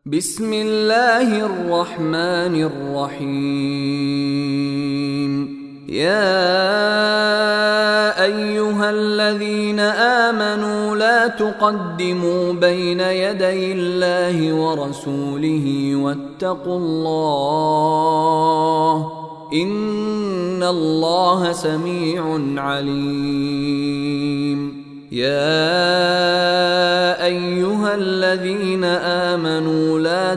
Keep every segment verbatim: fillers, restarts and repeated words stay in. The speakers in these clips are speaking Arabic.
بسم الله الرحمن الرحيم. يا أيها الذين آمنوا لا تقدموا بين يدي الله ورسوله واتقوا الله إن الله سميع عليم. يا أيها الذين آمنوا لا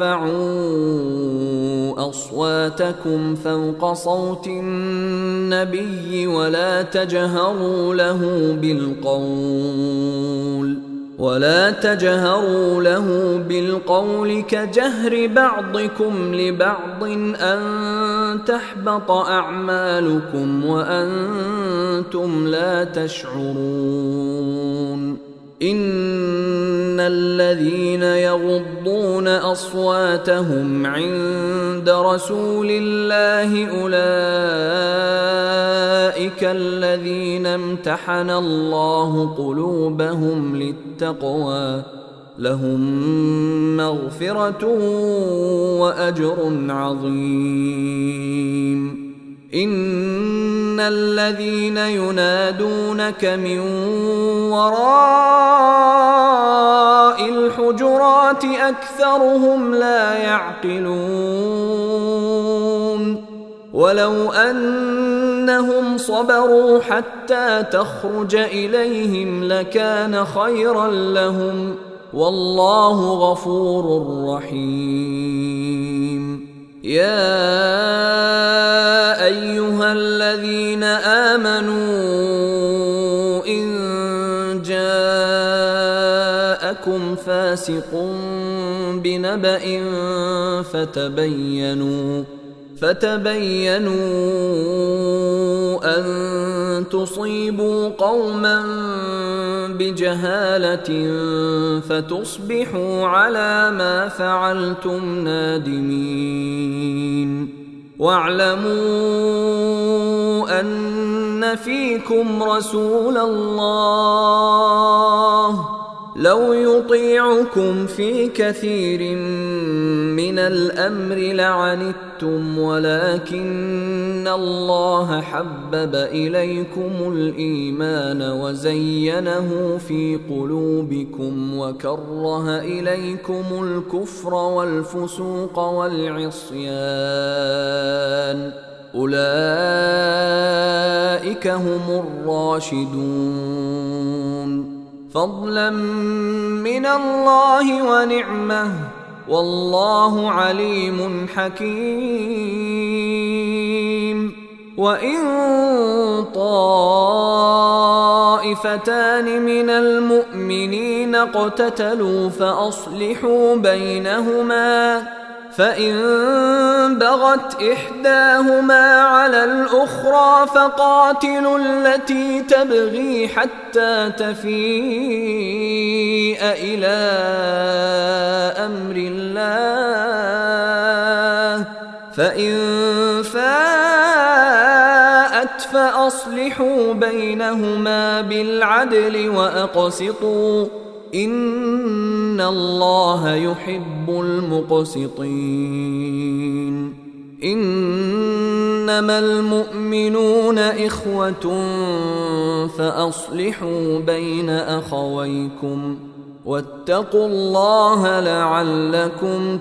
ترفعوا أصواتكم فوق صوت النبي ولا تجهروا له بالقول ولا تجهروا له بالقول كجهر بعضكم لبعض أن تحبط أعمالكم وأنتم لا تشعرون. إن الذين يغضون أصواتهم عند رسول الله أولئك الذين امتحن الله قلوبهم للتقوى لهم مغفرة وأجر عظيم. إن الذين ينادونك من وراء الحجرات أكثرهم لا يعقلون. ولو أنهم صبروا حتى تخرج إليهم لكان خيرا لهم والله غفور رحيم. يا أيها الذين آمنوا إن جاءكم فاسق بنبأ فتبينوا فتبينوا أن تصيبوا قوما بجهالة فتصبحوا على ما فعلتم نادمين. واعلموا أن فيكم رسول الله لو يطيعكم في كثير من الأمر لعنتم ولكن الله حبب إليكم الإيمان وزينه في قلوبكم وكره إليكم الكفر والفسوق والعصيان أولئك هم الراشدون فضلا من الله ونعمه والله عليم حكيم. وإن طائفتان من المؤمنين اقتتلوا فأصلحوا بينهما فإن بغت إحداهما على الأخرى فقاتلوا التي تبغي حتى تفيء إلى أمر الله فإن فاءت فأصلحوا بينهما بالعدل وأقسطوا إن الله يحب المقسطين. إنما المؤمنون إخوة فأصلحوا بين أخويكم واتقوا الله لعلكم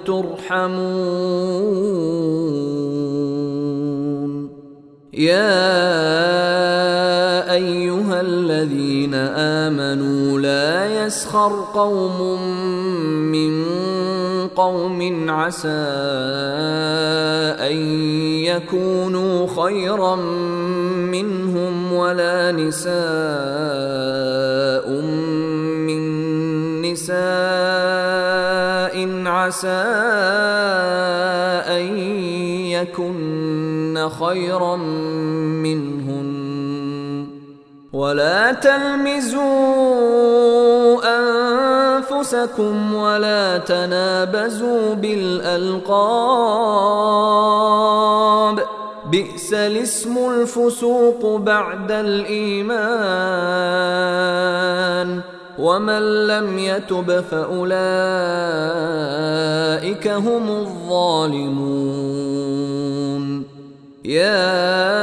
ترحمون. يا أيها الذين آمنوا لا يسخر قوم من قوم عسى أن يكونوا خيرا منهم ولا نساء من نساء عسى أن يكن خيرا منهن ولا تلمزوا أنفسكم ولا تنابزوا بالألقاب بئس الاسم الفسوق بعد الإيمان ومن لم يتب فأولئك أولئك هم الظالمون. يا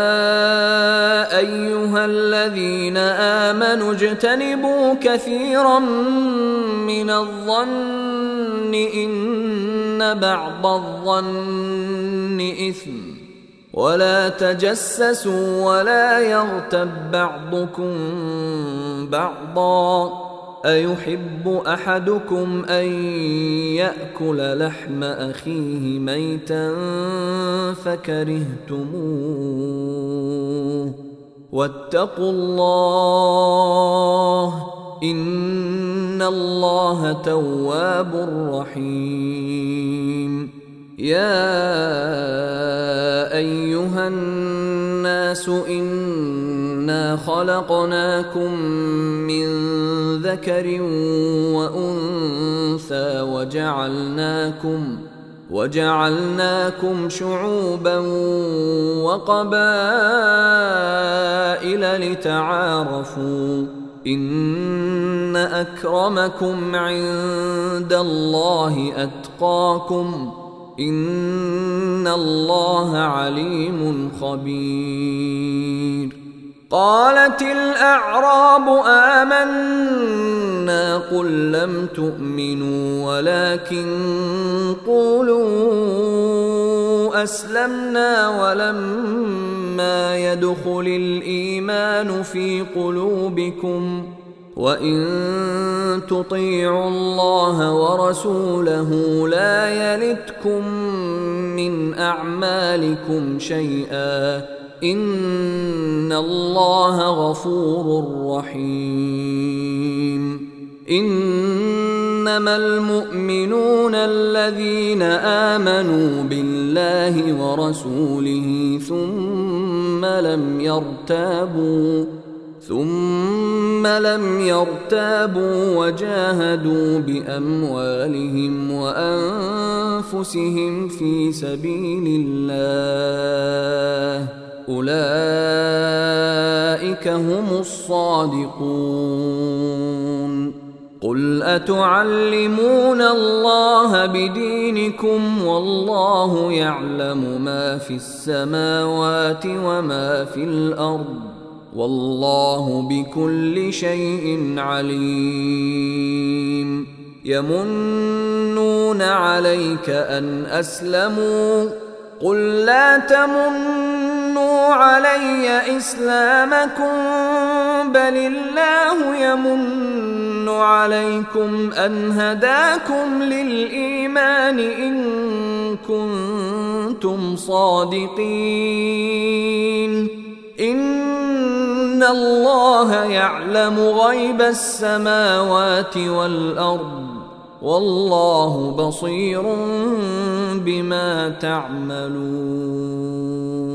أيها الذين آمنوا اجتنبوا كثيرا من الظن إن بعض الظن إثم ولا تجسسوا ولا يغتب بعضكم بعضا أيحب أحدكم أن يأكل لحم أخيه ميتا فكرهتموه واتقوا الله إن الله تواب رحيم. يا أيها الناس إنا خلقناكم من ذكر وأنثى وجعلناكم وجعلناكم شعوبا وقبائل لتعارفوا إن أكرمكم عند الله أتقاكم إن الله عليم خبير. قالت الأعراب آمنا قل لم تؤمنوا ولكن قولوا أسلمنا ولما يدخل الإيمان في قلوبكم وإن تطيعوا الله ورسوله لا يلتكم من أعمالكم شيئا إن الله غفور رحيم. إنما المؤمنون الذين آمنوا بالله ورسوله ثم لم يرتابوا ثم لم يرتابوا وجاهدوا بأموالهم وأنفسهم في سبيل الله أولئك هم الصادقون. قل أتعلمون الله بدينكم والله يعلم ما في السماوات وما في الأرض والله بكل شيء عليم. يمنون عليك أن أسلموا قل لا تمنوا علي إسلامكم بل الله يمن عليكم أن هداكم للإيمان إن كنتم صادقين. إن الله يعلم غيب السماوات والأرض والله بصير بما تعملون.